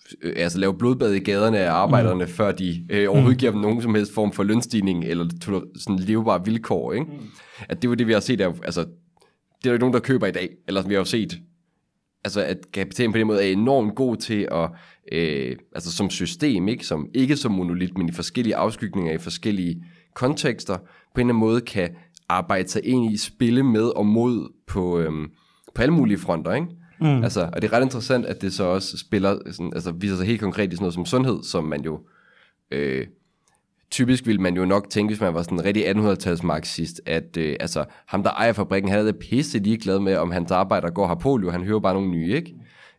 altså lave blodbad i gaderne af arbejderne, før de overhovedet giver dem nogen som helst form for lønstigning, eller sådan levebare vilkår, ikke? At det er jo det, vi har set, altså, det er jo ikke nogen, der køber i dag, eller vi har jo set, altså at kapitalen på den måde er enormt god til at, altså som system, ikke som monolit, men i forskellige afskygninger, i forskellige kontekster, på en eller anden måde kan arbejde sig ind i, spille med og mod på alle mulige fronter, ikke? Altså, og det er ret interessant, at det så også spiller, sådan, altså viser sig helt konkret i sådan noget som sundhed, som man jo, typisk vil man jo nok tænke, hvis man var sådan en rigtig 1800-tals marxist, at altså, ham der ejer fabrikken, han er da pisse ligeglad med, om hans arbejder går har polio, han hører bare nogle nye, ikke?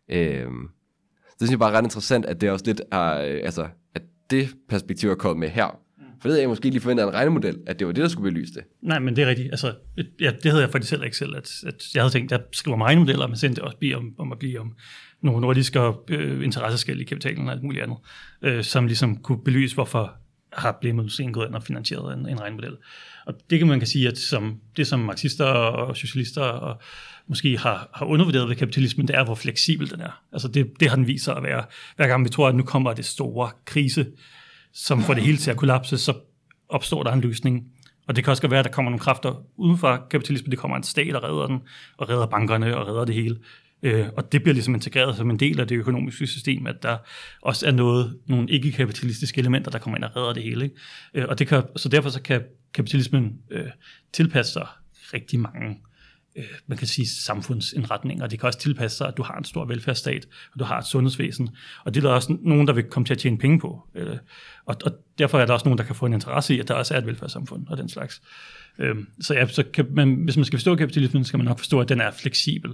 Det synes jeg bare er ret interessant, at det også lidt er, altså, at det perspektiv er kommet med her. For det havde jeg måske lige forventet en regnemodel, at det var det, der skulle belyse det. Nej, men det er rigtigt. Altså, ja, det havde jeg faktisk selv ikke selv, at jeg havde tænkt, at jeg skriver mig regnemodeller, men sendte det også om at blive om nogle nordiske interesseskel i kapitalen og alt muligt andet, som ligesom kunne belyse, hvorfor har Blemuth gået ind og finansieret en regnemodel. Og det kan man sige, at som marxister og socialister og måske har undervurderet ved kapitalismen, det er, hvor fleksibel den er. Altså det har den vist sig at være. Hver gang vi tror, at nu kommer det store krise, som får det hele til at kollapse, så opstår der en løsning. Og det kan også være, at der kommer nogle kræfter uden for kapitalismen. Det kommer en stat og redder den, og redder bankerne og redder det hele. Og det bliver ligesom integreret som en del af det økonomiske system, at der også er nogle ikke-kapitalistiske elementer, der kommer ind og redder det hele. Ikke? Og så derfor så kan kapitalismen tilpasse sig rigtig mange man kan sige samfundsindretninger. Det kan også tilpasse sig, at du har en stor velfærdsstat, og du har et sundhedsvæsen. Og det er der også nogen, der vil komme til at tjene penge på. Og derfor er der også nogen, der kan få en interesse i, at der også er et velfærdssamfund og den slags. Så kan man, hvis man skal forstå kapitalismen, skal man nok forstå, at den er fleksibel.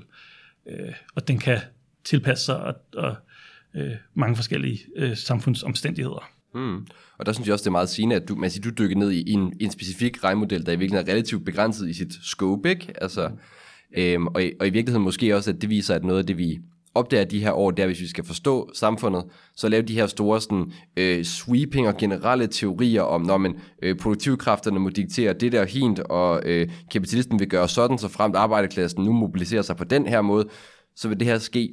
Og den kan tilpasse sig og mange forskellige samfundsomstændigheder. Og der synes jeg også, det er meget sigende, at du dykker ned i en specifik regnemodel, der i virkeligheden er relativt begrænset i sit scope, ikke? Altså, og i virkeligheden måske også, at det viser, at noget af det, vi opdager de her år, der hvis vi skal forstå samfundet, så lave de her store sådan, sweeping og generelle teorier om, når produktivkræfterne må diktere det der hint, og kapitalisten vil gøre sådan, så fremt arbejderklassen nu mobiliserer sig på den her måde, så vil det her ske.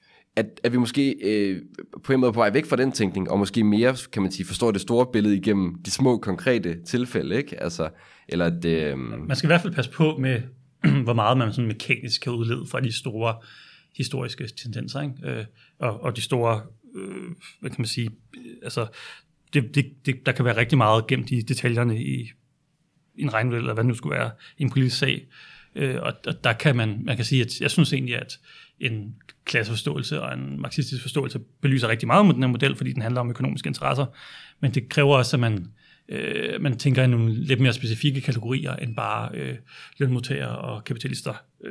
At vi måske på en måde på vej væk fra den tænkning, og måske mere, kan man sige, forstår det store billede igennem de små, konkrete tilfælde, ikke? Altså, eller at, Man skal i hvert fald passe på med, hvor meget man sådan mekanisk kan udlede fra de store historiske tendenser, ikke? Og de store, hvad kan man sige, altså, der kan være rigtig meget gemt i detaljerne i en regnemodel, eller hvad det nu skulle være, i en politisk sag. Og der kan man kan sige, at jeg synes egentlig, at en klasseforståelse og en marxistisk forståelse belyser rigtig meget om den her model, fordi den handler om økonomiske interesser, men det kræver også, at man tænker i nogle lidt mere specifikke kategorier, end bare lønmodtagere og kapitalister.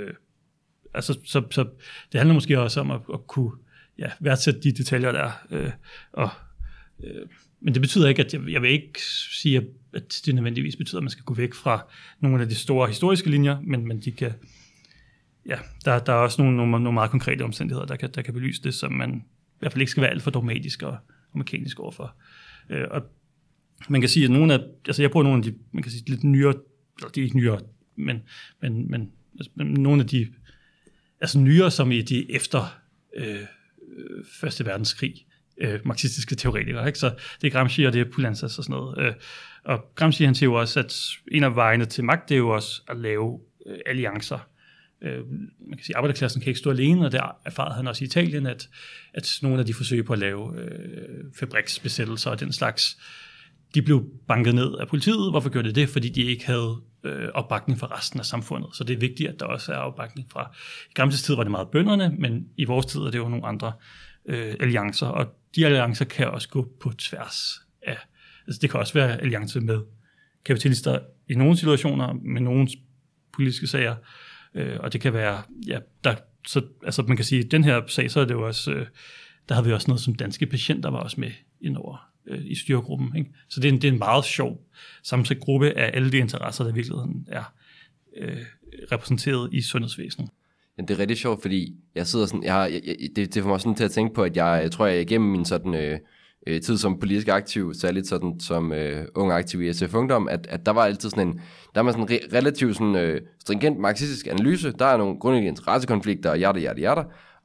Så det handler måske også om at kunne værdsætte de detaljer der. Men det betyder ikke, at jeg vil ikke sige, at det nødvendigvis betyder, at man skal gå væk fra nogle af de store historiske linjer, men de kan, der er også nogle meget konkrete omstændigheder, der kan belyse det, som man i hvert fald ikke skal være alt for dogmatisk og mekanisk overfor. Og man kan sige, at jeg bruger nogle af de, man kan sige, lidt nyere, eller de er ikke nyere, men nogle af de, altså nyere, som i de efter Første Verdenskrig, marxistiske teoretikere, ikke? Så det er Gramsci, og det er Poulantzas og sådan noget. Og Gramsci, han siger jo også, at en af vejene til magt, det er jo også at lave alliancer. Man kan sige, at arbejderklassen kan ikke stå alene, og det erfarede han også i Italien, at nogle af de forsøg på at lave fabriksbesættelser og den slags, de blev banket ned af politiet. Hvorfor gjorde det? Fordi de ikke havde opbakning fra resten af samfundet. Så det er vigtigt, at der også er opbakning fra. I Gramscis tid var det meget bønderne, men i vores tid er det jo nogle andre alliancer, og de alliancer kan også gå på tværs af, altså det kan også være alliance med kapitalister i nogle situationer, med nogle politiske sager, og det kan være, altså man kan sige, at den her sag, så er det jo også, der havde vi også noget som Danske Patienter var også med indover i styregruppen, ikke? Så det er en meget sjov sammensat gruppe af alle de interesser, der i virkeligheden er repræsenteret i sundhedsvæsenet. Det er rigtig sjovt, fordi jeg sidder sådan, det får mig sådan til at tænke på, at jeg tror, jeg igennem min sådan tid som politisk aktiv, særligt sådan som ung aktiv i SF Ungdom, at der var altid sådan relativt sådan stringent marxistisk analyse. Der er nogle grundlæggende interessekonflikter og jada.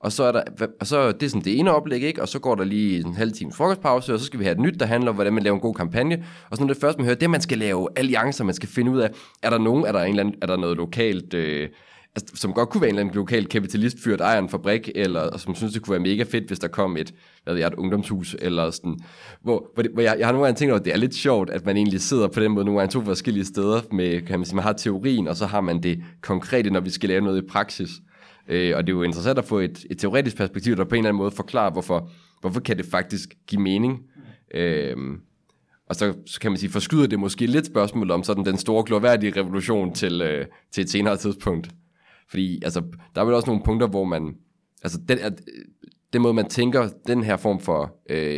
og så er det er sådan det ene oplæg, ikke? Og så går der lige en halv times frokostpause, og så skal vi have et nyt, der handler om, hvordan man laver en god kampagne. Og så når det første, man hører, det man skal lave alliancer, man skal finde ud af, er der noget lokalt, som godt kunne være en eller anden lokal kapitalistfyr, der ejer en fabrik, eller som synes, det kunne være mega fedt, hvis der kom et ungdomshus, eller sådan, hvor jeg har nogle gange tænkt over, at det er lidt sjovt, at man egentlig sidder på den måde nogle gange 2 forskellige steder, med, kan man sige, man har teorien, og så har man det konkrete, når vi skal lave noget i praksis. Og det er jo interessant at få et teoretisk perspektiv, der på en eller anden måde forklarer, hvorfor kan det faktisk give mening. Og så kan man sige, forskyder det måske lidt spørgsmål om sådan den store glorværdige revolution til et senere tidspunkt. Fordi altså, der er vel også nogle punkter, hvor man, altså den måde man tænker, den her form for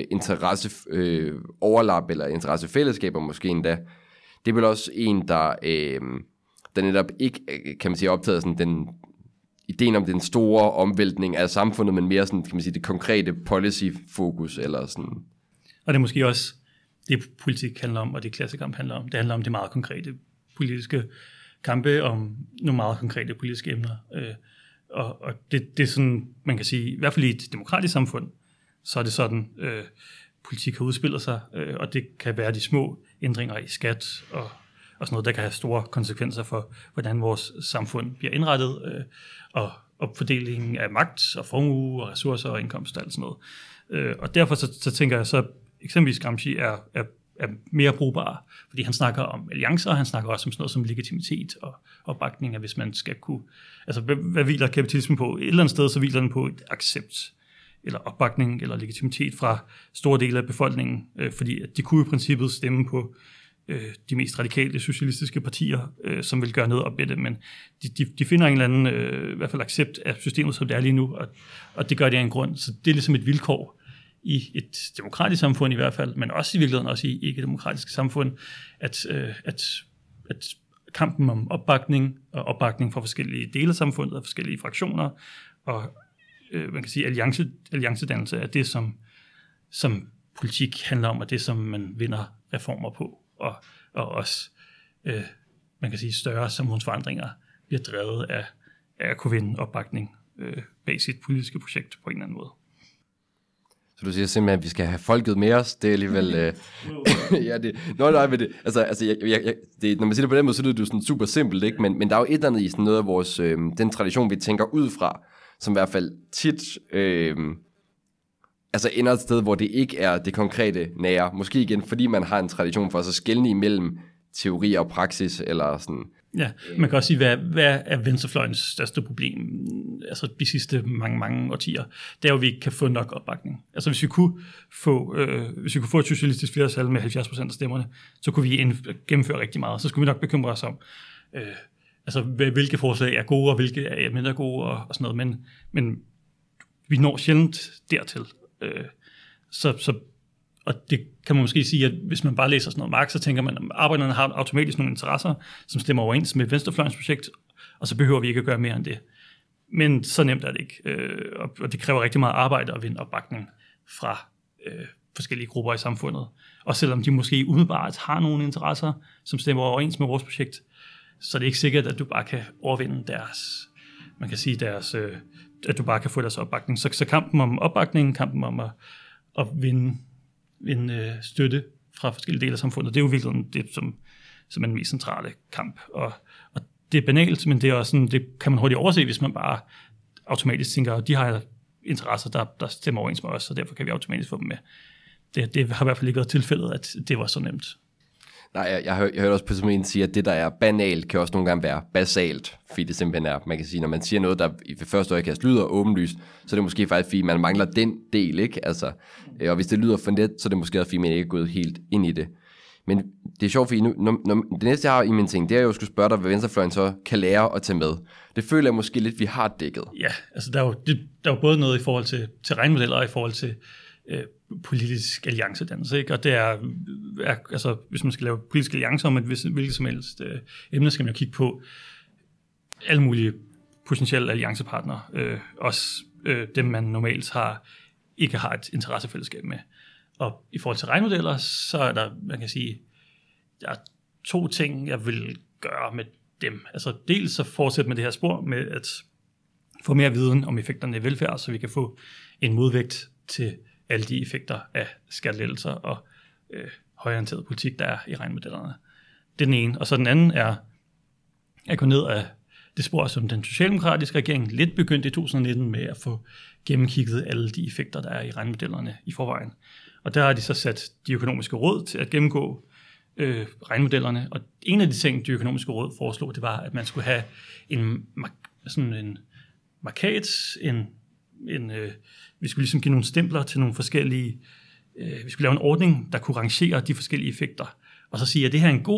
interesseoverlap eller interessefællesskaber måske endda, det er vel også en, der netop ikke, kan man sige, optaget sådan ideen om den store omvæltning af samfundet, men mere sådan, kan man sige, det konkrete policy-fokus eller sådan. Og det er måske også det, politik handler om, og det klassekamp handler om. Det handler om det meget konkrete politiske kampe, om nogle meget konkrete politiske emner. Og det er sådan, man kan sige, i hvert fald i et demokratisk samfund, så er det sådan, politik har udspillet sig, og det kan være de små ændringer i skat og sådan noget, der kan have store konsekvenser for, hvordan vores samfund bliver indrettet, og fordelingen af magt og formue og ressourcer og indkomst og alt sådan noget. Og derfor så tænker jeg så, eksempelvis Gramsci er mere brugbar, fordi han snakker om alliancer, og han snakker også om sådan noget som legitimitet og opbakning, at hvis man skal kunne, altså hvad hviler kapitalismen på? Et eller andet sted, så hviler den på et accept, eller opbakning, eller legitimitet fra store dele af befolkningen, fordi at de kunne i princippet stemme på de mest radikale socialistiske partier, som vil gøre noget op med det, men de finder en eller anden, i hvert fald accept af systemet, som det er lige nu, og det gør det af en grund, så det er ligesom et vilkår i et demokratisk samfund i hvert fald, men også i virkeligheden også i ikke-demokratiske samfund, at kampen om opbakning og opbakning fra forskellige dele af samfundet og forskellige fraktioner og man kan sige alliancedannelse er det, som politik handler om, og det, som man vinder reformer på, og også man kan sige større samfundsforandringer bliver drevet af at kunne vinde opbakning bag sit politiske projekt på en eller anden måde. Så du siger simpelthen, at vi skal have folket med os. Det er alligevel... ja, det... Nej, men det... Altså, det, når man siger det på den måde, så lyder det jo sådan super simpelt, ikke? Men der er jo et eller andet i sådan noget af vores... den tradition, vi tænker ud fra, som i hvert fald tit... altså ender et sted, hvor det ikke er det konkrete nære. Måske igen, fordi man har en tradition for at så skelne imellem teori og praksis, eller sådan... Ja, man kan også sige, hvad er venstrefløjens største problem, altså de sidste mange årtier, det er jo, at vi ikke kan få nok opbakning. Altså hvis vi kunne få et socialistisk flertal med 70% af stemmerne, så kunne vi gennemføre rigtig meget. Så skulle vi nok bekymre os om, altså hvilke forslag er gode, og hvilke er mindre gode, og sådan noget, men vi når sjældent dertil. Og det kan man måske sige, at hvis man bare læser sådan noget Marx, så tænker man, at arbejderne har automatisk nogle interesser, som stemmer overens med venstrefløjens projekt, og så behøver vi ikke at gøre mere end det. Men så nemt er det ikke, og det kræver rigtig meget arbejde at vinde opbakning fra forskellige grupper i samfundet. Og selvom de måske umiddelbart har nogle interesser, som stemmer overens med vores projekt, så er det ikke sikkert, at du bare kan overvinde at du bare kan få deres opbakning. Så kampen om opbakning, kampen om at vinde støtte fra forskellige dele af samfundet, det er jo virkelig det, som er den mest centrale kamp. Og det er banalt, men det er også sådan, det kan man hurtigt overse, hvis man bare automatisk tænker, at de har interesser, der stemmer overens med os, så derfor kan vi automatisk få dem med. Det har i hvert fald ikke været tilfældet, at det var så nemt. Nej, jeg hørte også på en sige, at det, der er banalt, kan også nogle gange være basalt, fordi det simpelthen er, man kan sige, når man siger noget, der i første øjekast lyder åbenlyst, så er det måske faktisk, fordi man mangler den del, ikke? Altså, og hvis det lyder for let, så er det måske også, fordi man ikke er gået helt ind i det. Men det er sjovt, fordi det næste, jeg har i min ting, det er jo at skulle spørge dig, hvad venstrefløjen så kan lære at tage med. Det føler jeg måske lidt, vi har dækket. Ja, altså der er jo både noget i forhold til regnemodeller og i forhold til politisk alliancedannelse, ikke? Og det er altså, hvis man skal lave politiske alliancer om hvilket som helst emne, skal man jo kigge på alle mulige potentielle alliancepartnere, også dem, man normalt ikke har et interessefællesskab med. Og i forhold til regnemodeller, så er der, man kan sige, der er 2 ting, jeg vil gøre med dem. Altså dels så fortsætte med det her spor med at få mere viden om effekterne af velfærd, så vi kan få en modvægt til alle de effekter af skattelettelser og højorienteret politik, der er i regnemodellerne. Det er den ene. Og så den anden er at gå ned af det spor, som den socialdemokratiske regering lidt begyndte i 2019 med at få gennemkigget alle de effekter, der er i regnemodellerne i forvejen. Og der har de så sat de økonomiske råd til at gennemgå regnemodellerne. Og en af de ting, de økonomiske råd foreslog, det var, at man skulle have en markat, vi skulle ligesom give nogle stempler til nogle forskellige, vi skulle lave en ordning, der kunne rangere de forskellige effekter, og så sige, at det her er en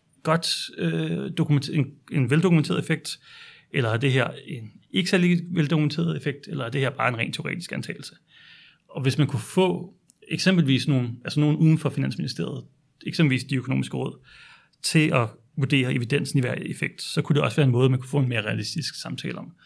en veldokumenteret effekt, eller er det her en ikke særlig veldokumenteret effekt, eller er det her bare en rent teoretisk antagelse. Og hvis man kunne få eksempelvis nogen uden for Finansministeriet, eksempelvis de økonomiske råd, til at vurdere evidensen i hver effekt, så kunne det også være en måde, man kunne få en mere realistisk samtale om.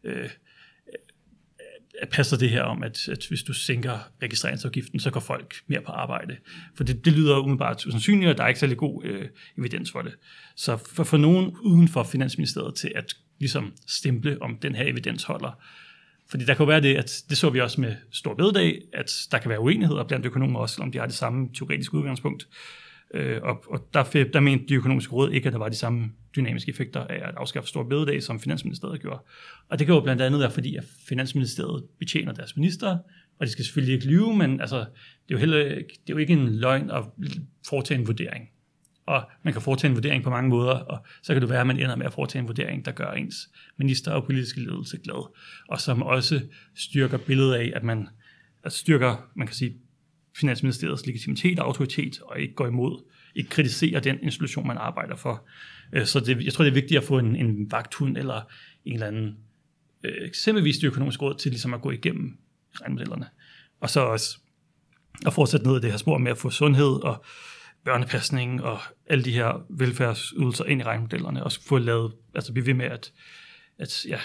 Passer det her om, at hvis du sænker registreringsafgiften, så går folk mere på arbejde? For det lyder umiddelbart usandsynligt, og der er ikke særlig god evidens for det. Så for at få nogen uden for Finansministeriet til at ligesom stemple, om den her evidens holder. Fordi der kan jo være det så vi også med Store Bededag, at der kan være uenigheder blandt økonomer også, om de har det samme teoretiske udgangspunkt. Og der mente de økonomiske råd ikke, at der var de samme dynamiske effekter af at afskaffe Store Bededag, som Finansministeriet gjorde. Og det kan jo blandt andet være, fordi at Finansministeriet betjener deres minister, og de skal selvfølgelig ikke lyve, men altså, det er jo ikke en løgn at foretage en vurdering. Og man kan foretage en vurdering på mange måder, og så kan det være, at man ender med at foretage en vurdering, der gør ens minister og politiske ledelse glad, og som også styrker billedet af, at man kan sige, Finansministeriets legitimitet og autoritet, og ikke går imod, ikke kritiserer den institution, man arbejder for. Så jeg tror, det er vigtigt at få en vagthund, eller en eller anden, eksempelvis det økonomiske råd, til ligesom at gå igennem regnemodellerne. Og så også at fortsætte ned i det her spor med at få sundhed og børnepasning og alle de her velfærdsydelser ind i regnemodellerne, og få lavet, altså blive ved med at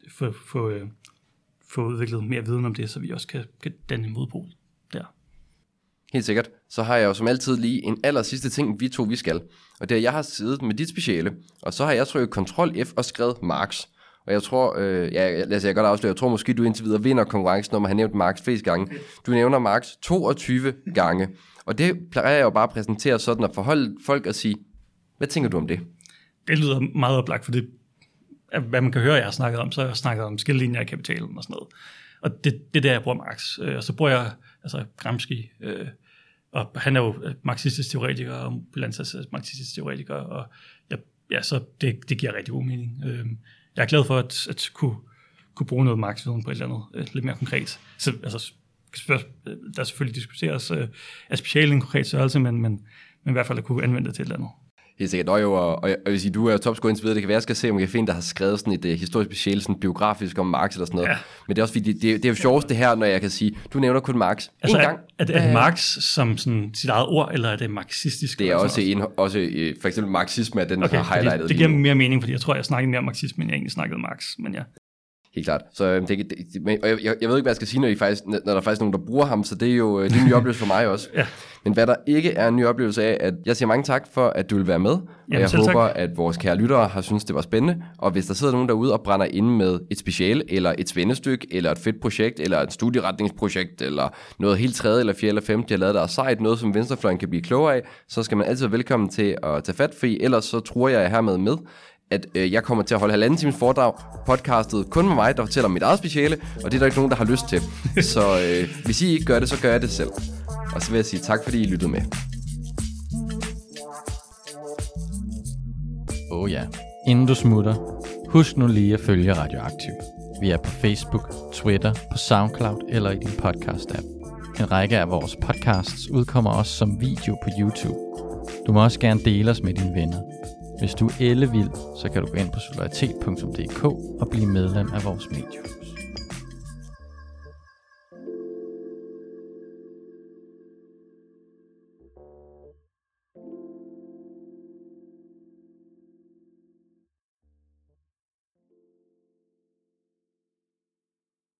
få udviklet mere viden om det, så vi også kan danne en modpol der. Helt sikkert. Så har jeg jo som altid lige en aller sidste ting, vi skal. Og det er, jeg har siddet med dit speciale, og så har jeg trykket Ctrl F og skrevet Marx. Og jeg tror, jeg kan godt afsløre, jeg tror måske, du indtil videre vinder konkurrencen, når man har nævnt Marx flest gange. Du nævner Marx 22 gange. Og det plejer jeg jo bare at præsentere sådan, at forholde folk og sige, hvad tænker du om det? Det lyder meget oplagt, for det, hvad man kan høre, jeg har snakket om, så har jeg snakket om skillelinjer i kapitalen og sådan noget. Og det er der, jeg bruger Marx. Og så bruger jeg Gramsci, og han er jo marxistisk teoretiker, og Lanzas marxistisk teoretiker, og så det giver rigtig god mening. Jeg er glad for at kunne bruge noget Marx-viden på et eller andet lidt mere konkret. Så der selvfølgelig diskuteres af speciale en konkret størrelse, men i hvert fald at kunne anvende det til et eller andet. Helt sikkert. Og jeg vil sige, du er topscorer indtil videre. Det kan være, jeg skal se, om jeg kan finde, der har skrevet sådan et historisk speciale, sådan biografisk om Marx eller sådan noget. Ja. Men det er også fordi, det er jo sjovest det her, når jeg kan sige, du nævner kun Marx en gang. Er det Marx som sådan sit eget ord, eller er det marxistisk? Det er også for eksempel marxisme, at den har highlightet. Det giver mere mening, fordi jeg tror, jeg snakkede mere om marxisme, end jeg egentlig snakkede Marx, men ja. Helt klart. Så jeg ved ikke, hvad jeg skal sige, når der er faktisk nogen, der bruger ham, så det er jo en ny oplevelse for mig også. Ja. Men hvad der ikke er en ny oplevelse af, at jeg siger mange tak for, at du vil være med, og jeg håber, at vores kære lyttere har syntes, det var spændende, og hvis der sidder nogen derude og brænder inde med et speciale, eller et svendestykke, eller et fedt projekt, eller et studieretningsprojekt, eller noget helt tredje, eller fjerde, eller femte, jeg lavede der er sejt, noget som venstrefløjen kan blive klogere af, så skal man altid være velkommen til at tage fat, for ellers så tror jeg hermed med, at jeg kommer til at holde 1,5 times foredrag, podcastet kun med mig, der fortæller om mit eget speciale, og det er der ikke nogen, der har lyst til. Så hvis I ikke gør det, så gør jeg det selv. Og så vil jeg sige tak, fordi I lyttede med. Ja. Inden du smutter, husk nu lige at følge Radioaktiv. Vi er på Facebook, Twitter, på SoundCloud eller i din podcast-app. En række af vores podcasts udkommer også som video på YouTube. Du må også gerne dele os med dine venner. Hvis du er ellevild, så kan du gå ind på solidaritet.dk og blive medlem af vores mediehus.